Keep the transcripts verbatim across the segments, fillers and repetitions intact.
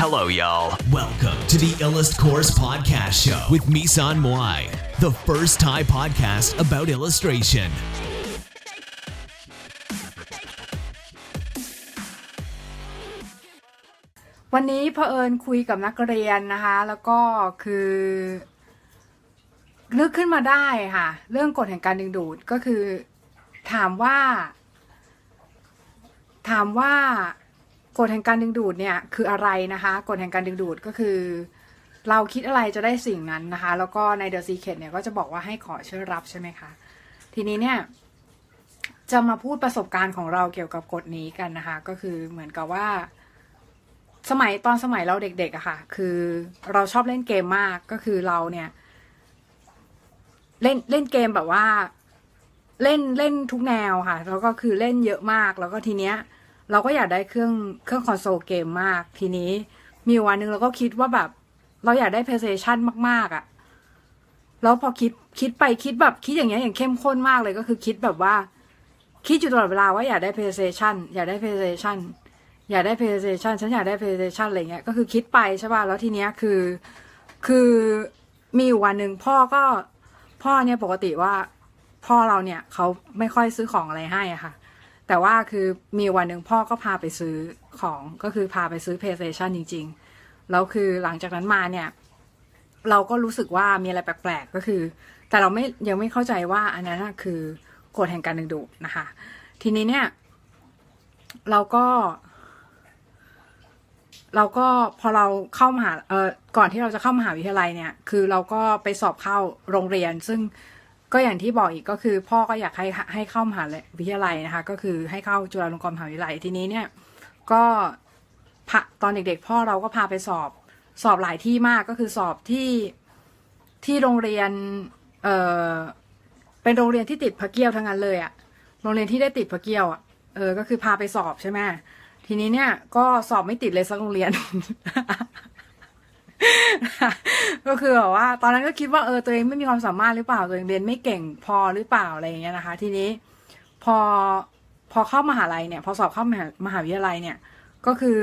Hello, y'all. Welcome to the Illust Course Podcast Show with Misan Moai, the first Thai podcast about illustration. วันนี้เผอิญคุยกับนักเรียนนะคะแล้วก็คือนึกขึ้นมาได้ค่ะเรื่องกฎแห่งการดึงดูดก็คือถามว่าถามว่ากฎแห่งการดึงดูดเนี่ยคืออะไรนะคะกฎแห่งการดึงดูดก็คือเราคิดอะไรจะได้สิ่งนั้นนะคะแล้วก็ใน The Secret เนี่ยก็จะบอกว่าให้ขอเชื่อรับใช่ไหมคะทีนี้เนี่ยจะมาพูดประสบการณ์ของเราเกี่ยวกับกฎนี้กันนะคะก็คือเหมือนกับว่าสมัยตอนสมัยเราเด็กๆอะค่ะคือเราชอบเล่นเกมมากก็คือเราเนี่ยเล่นเล่นเกมแบบว่าเล่นเล่นทุกแนวค่ะแล้วก็คือเล่นเยอะมากแล้วก็ทีเนี้ยเราก็อยากได้เครื่องเครื่องคอนโซลเกมมากทีนี้มีวันนึงเราก็คิดว่าแบบเราอยากได้ PlayStation มากๆอะแล้วพอคิดคิดไปคิดแบบคิดอย่างเงี้ยอย่างเข้มข้นมากเลยก็คือคิดแบบว่าคิดอยู่ตลอดเวลาว่าอยากได้ PlayStation อยากได้ PlayStation อยากได้ PlayStation ฉันอยากได้ PlayStation อะไรเงี้ยก็คือคิดไปใช่ป่ะแล้วทีเนี้ยคือคือมีอยู่วันนึงพ่อก็พ่อเนี่ยปกติว่าพ่อเราเนี่ยเขาไม่ค่อยซื้อของอะไรให้อะค่ะแต่ว่าคือมีวันหนึ่งพ่อก็พาไปซื้อของก็คือพาไปซื้อ PlayStation จริงๆแล้วคือหลังจากนั้นมาเนี่ยเราก็รู้สึกว่ามีอะไรแปลกๆก็คือแต่เราไม่ยังไม่เข้าใจว่าอันนั้นคือกฎแห่งการดึงดูดนะคะทีนี้เนี่ยเราก็เราก็พอเราเข้ามหาเอ่อก่อนที่เราจะเข้ามหาวิทยาลัยเนี่ยคือเราก็ไปสอบเข้าโรงเรียนซึ่งก็อย่างที่บอกอีกก็คือพ่อก็อยากให้ให้เข้ามหาวิทยาลัยนะคะก็คือให้เข้าจุฬาลงกรณ์มหาวิทยาลัยทีนี้เนี่ยก็ตอนเด็กๆพ่อเราก็พาไปสอบสอบหลายที่มากก็คือสอบที่ที่โรงเรียนเอ่อเป็นโรงเรียนที่ติดพระเกี้ยวทั้งนั้นเลยอะโรงเรียนที่ได้ติดพระเกี้ยวอะเออก็คือพาไปสอบใช่ไหมทีนี้เนี่ยก็สอบไม่ติดเลยสักโรงเรียน ก็คือแบบว่าตอนนั้นก็คิดว่าเออตัวเองไม่มีความสามารถหรือเปล่าตัวเองเรียนไม่เก่งพอหรือเปล่าอะไรอย่างเงี้ยนะคะทีนี้พอพอเข้ามหาลัยเนี่ยพอสอบเข้ามหามหาวิทยาลัยเนี่ยก็คือ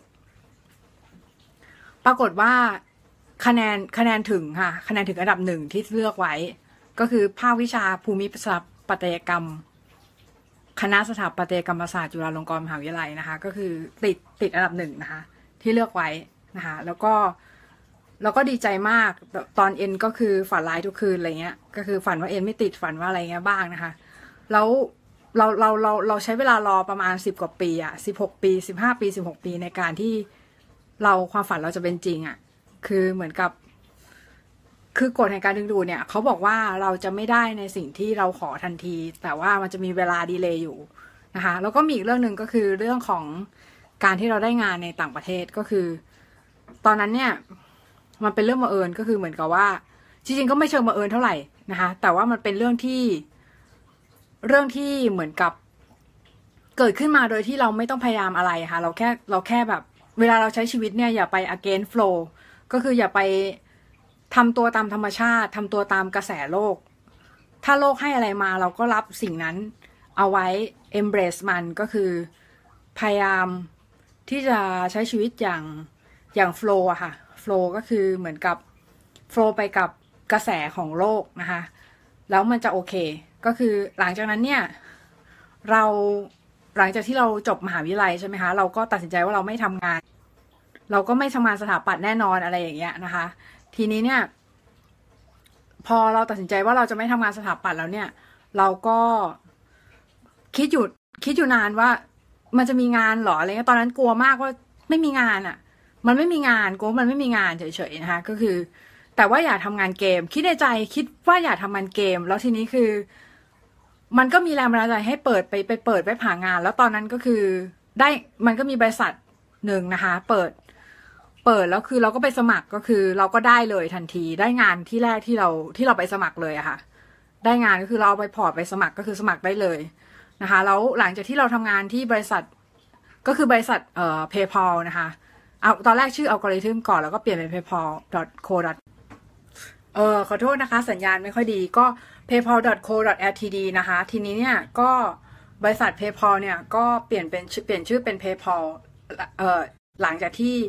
ปรากฏว่าคะแนนคะแนนถึงค่ะคะแนนถึงอันดับหนึ่งที่เลือกไว้ก็คือภาควิชาภูมิสถาปัตยกรรมคณะสถาปัตยกรรมศาสตร์จุฬาลงกรณ์มหาวิทยาลัยนะคะก็คือติดติดอันดับหนึ่งนะคะที่เลือกไว้นะคะแล้วก็แล้วก็ดีใจมากตอนเอ็นก็คือฝันร้ายทุกคืนอะไรเงี้ยก็คือฝันว่าเอ็นไม่ติดฝันว่าอะไรเงี้ยบ้างนะคะแล้วเราเราเราเราใช้เวลารอประมาณสิบกว่าปีอะสิบหกปีสิบห้าปีสิบหกปีในการที่เราความฝันเราจะเป็นจริงอะคือเหมือนกับคือกฎแห่งการดึงดูดเนี่ยเขาบอกว่าเราจะไม่ได้ในสิ่งที่เราขอทันทีแต่ว่ามันจะมีเวลาดีเลย์อยู่นะคะแล้วก็มีอีกเรื่องหนึ่งก็คือเรื่องของการที่เราได้งานในต่างประเทศก็คือตอนนั้นเนี่ยมันเป็นเรื่องบังเอิญก็คือเหมือนกับว่าจริงๆก็ไม่เชิงบังเอิญเท่าไหร่นะคะแต่ว่ามันเป็นเรื่องที่เรื่องที่เหมือนกับเกิดขึ้นมาโดยที่เราไม่ต้องพยายามอะไรค่ะเราแค่เราแค่แบบเวลาเราใช้ชีวิตเนี่ยอย่าไป against flow ก็คืออย่าไปทำตัวตามธรรมชาติทำตัวตามกระแสโลกถ้าโลกให้อะไรมาเราก็รับสิ่งนั้นเอาไว้ embrace มันก็คือพยายามที่จะใช้ชีวิตอย่างอย่าง flow อะค่ะflow ก็คือเหมือนกับ flow ไปกับกระแสของโลกนะคะแล้วมันจะโอเคก็คือหลังจากนั้นเนี่ยเราหลังจากที่เราจบมหาวิทยาลัยใช่ไหมคะเราก็ตัดสินใจว่าเราไม่ทำงานเราก็ไม่ทำงานสถาปัตย์แน่นอนอะไรอย่างเงี้ยนะคะทีนี้เนี่ยพอเราตัดสินใจว่าเราจะไม่ทำงานสถาปัตย์แล้วเนี่ยเราก็คิดอยู่คิดอยู่นานว่ามันจะมีงานหรออะไรเงี้ยตอนนั้นกลัวมากว่าไม่มีงานอ่ะมันไม่มีงานกลัวมันไม่มีงานเฉยๆนะคะก็คือแต่ว่าอยากทำงานเกมคิดในใจคิดว่าอยากทำงานเกมแล้วทีนี้คือมันก็มีแรงบันดาลใจให้เปิดไปไปเปิดไปผ่างานแล้วตอนนั้นก็คือได้มันก็มีบริษัทหนึ่งนะคะเปิดเปิดแล้วคือเราก็ไปสมัครก็คือเราก็ได้เลยทันทีได้งานที่แรกที่เราที่เราไปสมัครเลยอะค่ะได้งานก็คือเราเอาไปพอร์ตไปสมัครก็คือสมัครได้เลยนะคะแล้วหลังจากที่เราทำงานที่บริษัทก็คือบริษัทเอ่อ PayPal นะคะเอาตอนแรกชื่อ Algorithm ก่อนแล้วก็เปลี่ยนเป็น paypal dot co เออขอโทษนะคะสัญญาณไม่ค่อยดีก็ paypal dot co dot l t d นะคะทีนี้เนี่ยก็บริษัท PayPal เนี่ยก็เปลี่ยนเป็นเปลี่ยนชื่อเป็น PayPal เอ่อหลังจากที่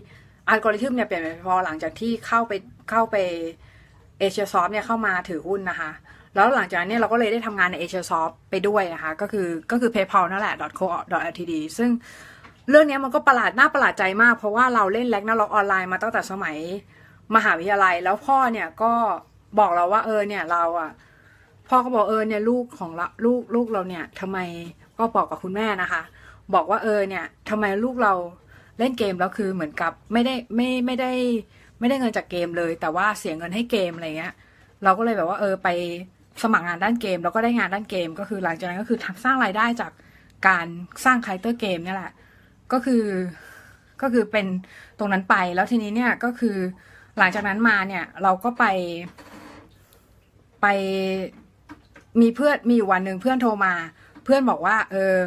อัลกอริทึมเนี่ยเปลี่ยนไปพอหลังจากที่เข้าไปเข้าไปเอเชียซอฟเนี่ยเข้ามาถือหุ้นนะคะแล้วหลังจากนั้นเนี่ยเราก็เลยได้ทำงานในเอเชียซอฟไปด้วยนะคะก็คือก็คือ PayPal นั่นแหละ .co.ltd ซึ่งเรื่องนี้มันก็ประหลาดน่าประหลาดใจมากเพราะว่าเราเล่นแล็กนาล็อกออนไลน์มาตั้งแต่สมัยมหาวิทยาลัยแล้วพ่อเนี่ยก็บอกเราว่าเออเนี่ยเราอ่ะพ่อก็บอกเออเนี่ยลูกของเราลูกลูกเราเนี่ยทำไมก็บอกกับคุณแม่นะคะบอกว่าเออเนี่ยทำไมลูกเราเล่นเกมแล้วคือเหมือนกับไม่ได้ไม่ไม่ได้ไม่ได้เงินจากเกมเลยแต่ว่าเสียเงินให้เกมอะไรเงี้ยเราก็เลยแบบว่าเออไปสมัครงานด้านเกมแล้วก็ได้งานด้านเกมก็คือหลังจากนั้นก็คือสร้างรายได้จากการสร้างคาแรคเตอร์เกมนี่แหละก็คือก็คือเป็นตรงนั้นไปแล้วทีนี้เนี่ยก็คือหลังจากนั้นมาเนี่ยเราก็ไปไปมีเพื่อนมีอยู่วันหนึ่งเพื่อนโทรมาเพื่อนบอกว่าเออ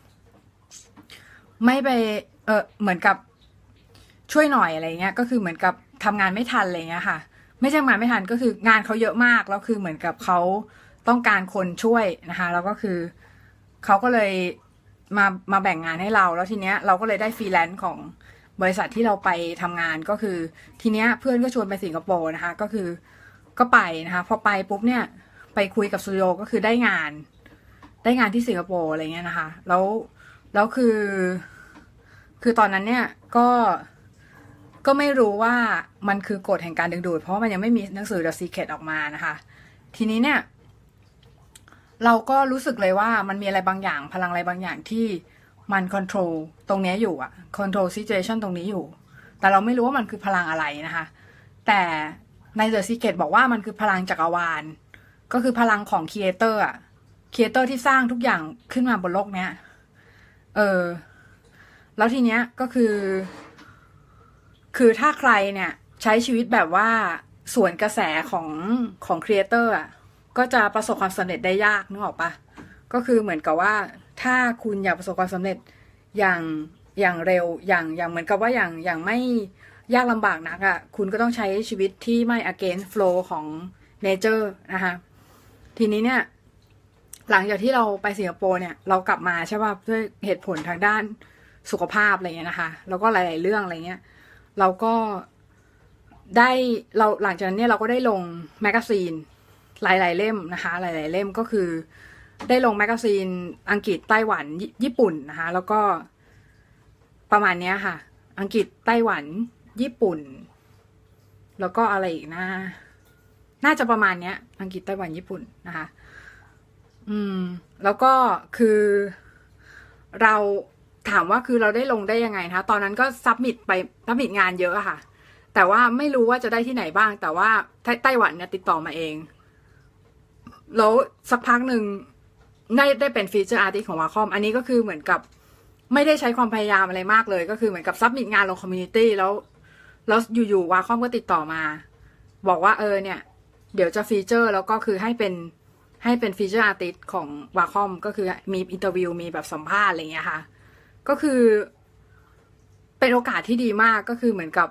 ไม่ไปเออเหมือนกับช่วยหน่อยอะไรเงี้ยก็คือเหมือนกับทำงานไม่ทันอะไรเงี้ยค่ะไม่ใช่งานไม่ทันก็คืองานเขาเยอะมากแล้วคือเหมือนกับเขาต้องการคนช่วยนะคะแล้วก็คือเขาก็เลยมามาแบ่งงานให้เราแล้วทีเนี้ยเราก็เลยได้ฟรีแลนซ์ของบริษัทที่เราไปทำงานก็คือทีเนี้ยเพื่อนก็ชวนไปสิงคโปร์นะคะก็คือก็ไปนะคะพอไปปุ๊บเนี่ยไปคุยกับสตูดิโอก็คือได้งานได้งานที่สิงคโปร์อะไรเงี้ยนะคะแล้วแล้วคือคือตอนนั้นเนี่ยก็ก็ไม่รู้ว่ามันคือกฎแห่งการดึงดูดเพราะมันยังไม่มีหนังสือ The Secret ออกมานะคะทีนี้เนี่ยเราก็รู้สึกเลยว่ามันมีอะไรบางอย่างพลังอะไรบางอย่างที่มันคอนโทรลตรงนี้อยู่อะคอนโทรลซิจูเอชันตรงนี้อยู่แต่เราไม่รู้ว่ามันคือพลังอะไรนะคะแต่ใน The Secret บอกว่ามันคือพลังจักรวาลก็คือพลังของครีเอเตอร์อะครีเอเตอร์ที่สร้างทุกอย่างขึ้นมาบนโลกเนี้ยเออแล้วทีเนี้ยก็คือคือถ้าใครเนี่ยใช้ชีวิตแบบว่าสวนกระแสของของครีเอเตอร์อ่ะก็จะประสบความสำเร็จได้ยากนึกออกปะก็คือเหมือนกับว่าถ้าคุณอยากประสบความสำเร็จอย่างอย่างเร็วอย่างอย่างเหมือนกับว่าอย่างอย่างไม่ยากลำบากนักอ่ะคุณก็ต้องใช้ชีวิตที่ไม่ against flow ของ nature นะคะทีนี้เนี่ยหลังจากที่เราไปสิงคโปร์เนี่ยเรากลับมาใช่ป่ะด้วยเหตุผลทางด้านสุขภาพอะไรเงี้ยนะคะแล้วก็หลายๆเรื่องอะไรเงี้ยเราก็ได้เราหลังจากนั้นเนี่ยเราก็ได้ลงแมกกาซีนหลายๆเล่มนะคะหลายๆเล่มก็คือได้ลงแมกกาซีนอังกฤษไต้หวันญี่ปุ่นนะคะแล้วก็ประมาณเนี้ยค่ะอังกฤษไต้หวันญี่ปุ่นแล้วก็อะไรอีกนะน่าจะประมาณเนี้ยอังกฤษไต้หวันญี่ปุ่นนะคะอืมแล้วก็คือเราถามว่าคือเราได้ลงได้ยังไงนะคะตอนนั้นก็ซับมิตไปซับมิตงานเยอะอะค่ะแต่ว่าไม่รู้ว่าจะได้ที่ไหนบ้างแต่ว่าไต้หวันเนี่ยติดต่อมาเองแล้วสักพักหนึ่งได้ได้เป็นฟีเจอร์อาร์ติสต์ของวาคอมอันนี้ก็คือเหมือนกับไม่ได้ใช้ความพยายามอะไรมากเลยก็คือเหมือนกับซับมิตงานลงคอมมูนิตี้แล้วแล้วอยู่ๆวาคอมก็ติดต่อมาบอกว่าเออเนี่ยเดี๋ยวจะฟีเจอร์แล้วก็คือให้เป็นให้เป็นฟีเจอร์อาร์ติสต์ของวาคอมก็คือมีอินเตอร์วิวมีแบบสัมภาษณ์อะไรเงี้ยค่ะก็คือเป็นโอกาสที่ดีมากก็คือเหมือนกับ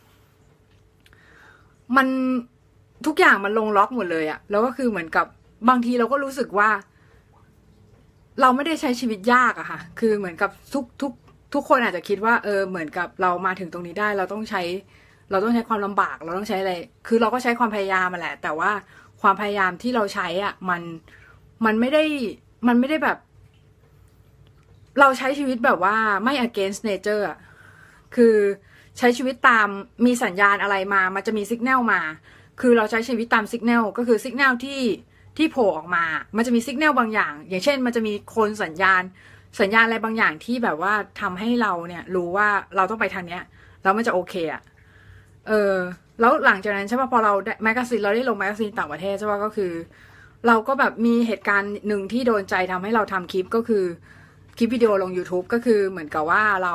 มันทุกอย่างมันลงล็อกหมดเลยอะแล้วก็คือเหมือนกับบางทีเราก็รู้สึกว่าเราไม่ได้ใช้ชีวิตยากอะค่ะคือเหมือนกับทุกทุกทุกคนอาจจะคิดว่าเออเหมือนกับเรามาถึงตรงนี้ได้เราต้องใช้เราต้องใช้ความลำบากเราต้องใช้อะไรคือเราก็ใช้ความพยายามมาแหละแต่ว่าความพยายามที่เราใช้อะมันมันไม่ได้มันไม่ได้แบบเราใช้ชีวิตแบบว่าไม่ against nature อ่ะคือใช้ชีวิตตามมีสัญญาณอะไรมามันจะมีสัญญาณมาคือเราใช้ชีวิตตามสัญญาณก็คือสัญญาณที่ที่โผล่ออกมามันจะมีสัญญาณบางอย่างอย่างเช่นมันจะมีคนสัญญาณสัญญาณอะไรบางอย่างที่แบบว่าทำให้เราเนี่ยรู้ว่าเราต้องไปทางเนี้ยแล้วมันจะโอเคอ่ะเออแล้วหลังจากนั้นใช่ป่ะพอเราแมกกาซีนเราได้ลงแมกกาซีนต่างประเทศใช่ป่ะก็คือเราก็แบบมีเหตุการณ์หนึ่งที่โดนใจทำให้เราทำคลิปก็คือคลิปวิดีโอลง YouTube ก็คือเหมือนกับว่าเรา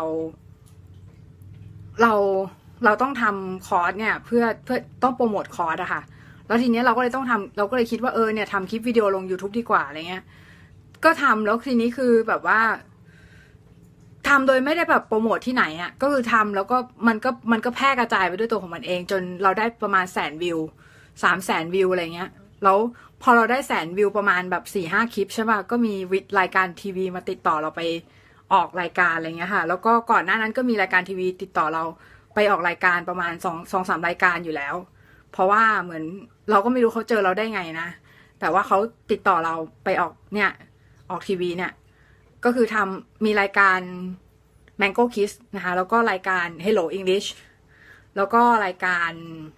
เราเราต้องทำคอร์สเนี่ยเพื่อเพื่อต้องโปรโมทคอร์สอะค่ะแล้วทีนี้เราก็เลยต้องทำเราก็เลยคิดว่าเออเนี่ยทำคลิปวิดีโอลง YouTube ดีกว่าอะไรเงี้ยก็ทำแล้วทีนี้คือแบบว่าทำโดยไม่ได้แบบโปรโมทที่ไหนอะก็คือทำแล้วก็มันก็มันก็แพร่กระจายไปด้วยตัวของมันเองจนเราได้ประมาณแสนวิวสามแสนวิวอะไรเงี้ยแล้วพอเราได้แสนวิวประมาณแบบสี่ห้าคลิปใช่ป่ะก็มีรายการทีวีมาติดต่อเราไปออกรายการอะไรเงี้ยค่ะแล้วก็ก่อนหน้านั้นก็มีรายการทีวีติดต่อเราไปออกรายการประมาณสองสองสามรายการอยู่แล้วเพราะว่าเหมือนเราก็ไม่รู้เขาเจอเราได้ไงนะแต่ว่าเขาติดต่อเราไปออกเนี่ยออกทีวีเนี่ยก็คือทำมีรายการ Mango Kiss นะคะแล้วก็รายการ Hello English แล้วก็รายการ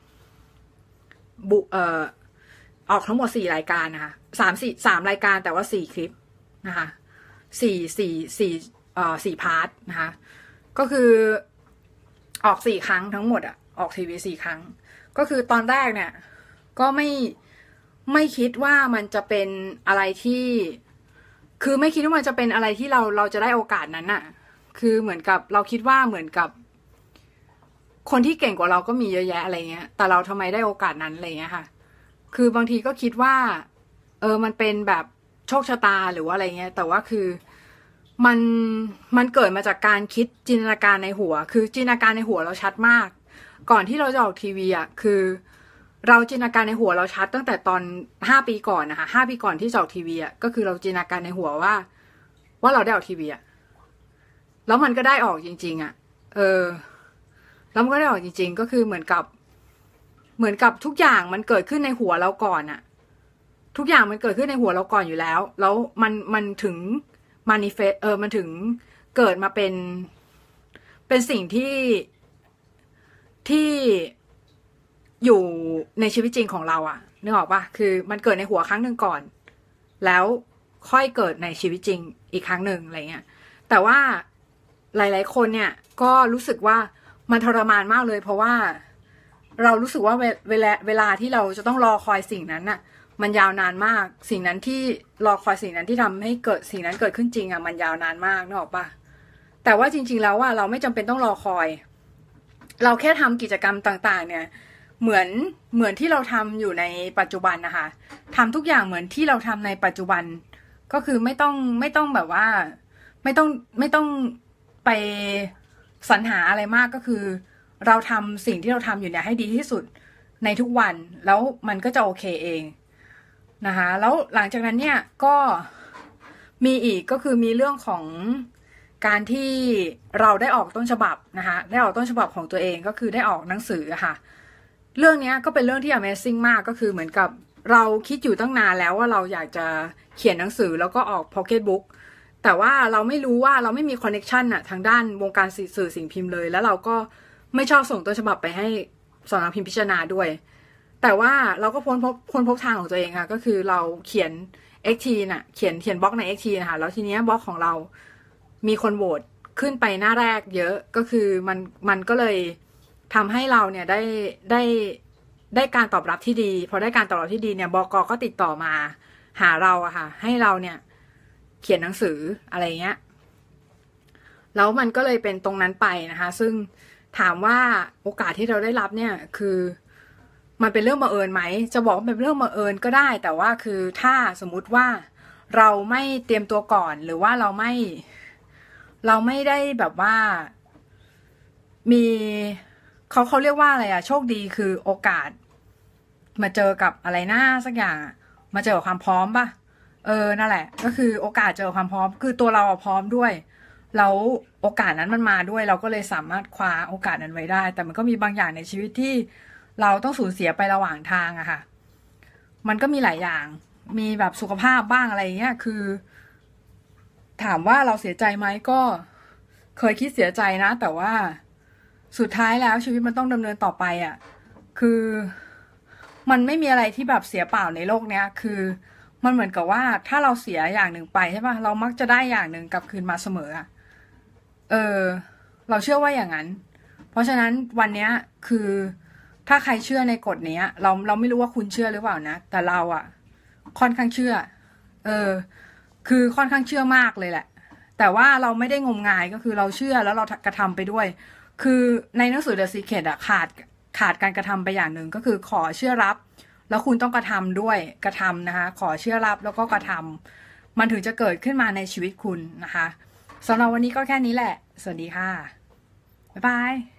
บุเอ่อออกทั้งหมดสี่รายการนะคะสามสี่สามรายการแต่ว่าสี่คลิปนะคะสี่สี่สี่เอ่อสี่พาร์ทนะคะก็คือออกสี่ครั้งทั้งหมดอะออกทีวีสี่ครั้งก็คือตอนแรกเนี่ยก็ไม่ไม่คิดว่ามันจะเป็นอะไรที่คือไม่คิดว่ามันจะเป็นอะไรที่เราเราจะได้โอกาสนั้นน่ะคือเหมือนกับเราคิดว่าเหมือนกับคนที่เก่งกว่าเราก็มีเยอะแยะอะไรเงี้ยแต่เราทำไมได้โอกาสนั้นอะไรเงี้ยค่ะคือบางทีก็คิดว่าเออมันเป็นแบบโชคชะตาหรือว่าอะไรเงี้ยแต่ว่าคือมันมันเกิดมาจากการคิดจินตนาการในหัวคือจินตนาการในหัวเราชัดมากก่อนที่เราจะออกทีวีอ่ะคือเราจินตนาการในหัวเราชัดตั้งแต่ตอนห้าปีก่อนนะคะห้าปีก่อนที่จะออกทีวีอ่ะก็คือเราจินตนาการในหัวว่าว่าเราได้ออกทีวีอ่ะแล้วมันก็ได้ออกจริงๆอ่ะเออแล้วมันก็ได้ออกจริงๆก็คือเหมือนกับเหมือนกับทุกอย่างมันเกิดขึ้นในหัวเราก่อนอ่ะทุกอย่างมันเกิดขึ้นในหัวเราก่อนอยู่แล้วแล้วมันมันถึงมานิเฟสเออมันถึงเกิดมาเป็นเป็นสิ่งที่ที่อยู่ในชีวิตจริงของเราอะนึกออกปะคือมันเกิดในหัวครั้งหนึ่งก่อนแล้วค่อยเกิดในชีวิตจริงอีกครั้งหนึ่งอะไรเงี้ยแต่ว่าหลายๆคนเนี่ยก็รู้สึกว่ามันทรมานมากเลยเพราะว่าเรารู้สึกว่าเวลาเวลาที่เราจะต้องรอคอยสิ่งนั้นน่ะมันยาวนานมากสิ่งนั้นที่รอคอยสิ่งนั้นที่ทำให้เกิดสิ่งนั้นเกิดขึ้นจริงอะมันยาวนานมากนึกออกปะแต่ว่าจริงๆแล้วว่าเราไม่จำเป็นต้องรอคอยเราแค่ทำกิจกรรมต่างๆเนี่ยเหมือนเหมือนที่เราทำอยู่ในปัจจุบันนะคะทำทุกอย่างเหมือนที่เราทำในปัจจุบันก็คือไม่ต้องไม่ต้องแบบว่าไม่ต้องไม่ต้องไปสรรหาอะไรมากก็คือเราทำสิ่งที่เราทำอยู่เนี่ยให้ดีที่สุดในทุกวันแล้วมันก็จะโอเคเองนะคะแล้วหลังจากนั้นเนี่ยก็มีอีกก็คือมีเรื่องของการที่เราได้ออกต้นฉบับนะคะได้ออกต้นฉบับของตัวเองก็คือได้ออกหนังสือค่ะเรื่องนี้ก็เป็นเรื่องที่ Amazing มากก็คือเหมือนกับเราคิดอยู่ตั้งนานแล้วว่าเราอยากจะเขียนหนังสือแล้วก็ออก Pocket Book แต่ว่าเราไม่รู้ว่าเราไม่มีคอนเนคชันอะทางด้านวงการสื่อสิ่งพิมพ์เลยแล้วเราก็ไม่ชอบส่งต้นฉบับไปให้สำนักพิมพ์พิจารณาด้วยแต่ว่าเราก็พ้นพบพ้นพบทางของตัวเองค่ะก็คือเราเขียน เอ็กซ์ ที น่ะเขียนเขียนบล็อกใน เอ็กซ์ ที นะคะแล้วทีนี้บล็อกของเรามีคนโหวตขึ้นไปหน้าแรกเยอะก็คือมันมันก็เลยทำให้เราเนี่ยได้ได้ได้การตอบรับที่ดีพอได้การตอบรับที่ดีเนี่ยบก.ก็ติดต่อมาหาเราอะค่ะให้เราเนี่ยเขียนหนังสืออะไรเงี้ยแล้วมันก็เลยเป็นตรงนั้นไปนะคะซึ่งถามว่าโอกาสที่เราได้รับเนี่ยคือมันเป็นเรื่องบังเอิญไหมจะบอกว่าเป็นเรื่องบังเอิญก็ได้แต่ว่าคือถ้าสมมุติว่าเราไม่เตรียมตัวก่อนหรือว่าเราไม่เราไม่ได้แบบว่ามีเขาเขาเรียกว่าอะไรอะโชคดีคือโอกาสมาเจอกับอะไรหน้าสักอย่างมาเจอกับความพร้อมป่ะเออนั่นแหละก็คือโอกาสเจอความพร้อมคือตัวเราพร้อมด้วยแล้วโอกาสนั้นมันมาด้วยเราก็เลยสามารถคว้าโอกาสนั้นไว้ได้แต่มันก็มีบางอย่างในชีวิตที่เราต้องสูญเสียไประหว่างทางอะค่ะมันก็มีหลายอย่างมีแบบสุขภาพบ้างอะไรเงี้ยคือถามว่าเราเสียใจไหมก็เคยคิดเสียใจนะแต่ว่าสุดท้ายแล้วชีวิตมันต้องดำเนินต่อไปอะคือมันไม่มีอะไรที่แบบเสียเปล่าในโลกเนี้ยคือมันเหมือนกับว่าถ้าเราเสียอย่างหนึ่งไปใช่ป่ะเรามักจะได้อย่างหนึ่งกลับคืนมาเสมออะเออเราเชื่อว่าอย่างนั้นเพราะฉะนั้นวันเนี้ยคือถ้าใครเชื่อในกฎเนี้ยเราเราไม่รู้ว่าคุณเชื่อหรือเปล่านะแต่เราอะค่อนข้างเชื่อเออคือค่อนข้างเชื่อมากเลยแหละแต่ว่าเราไม่ได้งมงายก็คือเราเชื่อแล้วเรากระทำไปด้วยคือในหนังสือ The Secret อะขาดขาดการกระทำไปอย่างหนึ่งก็คือขอเชื่อรับแล้วคุณต้องกระทำด้วยกระทำนะคะขอเชื่อรับแล้วก็กระทำมันถึงจะเกิดขึ้นมาในชีวิตคุณนะคะสำหรับวันนี้ก็แค่นี้แหละสวัสดีค่ะบ๊ายบาย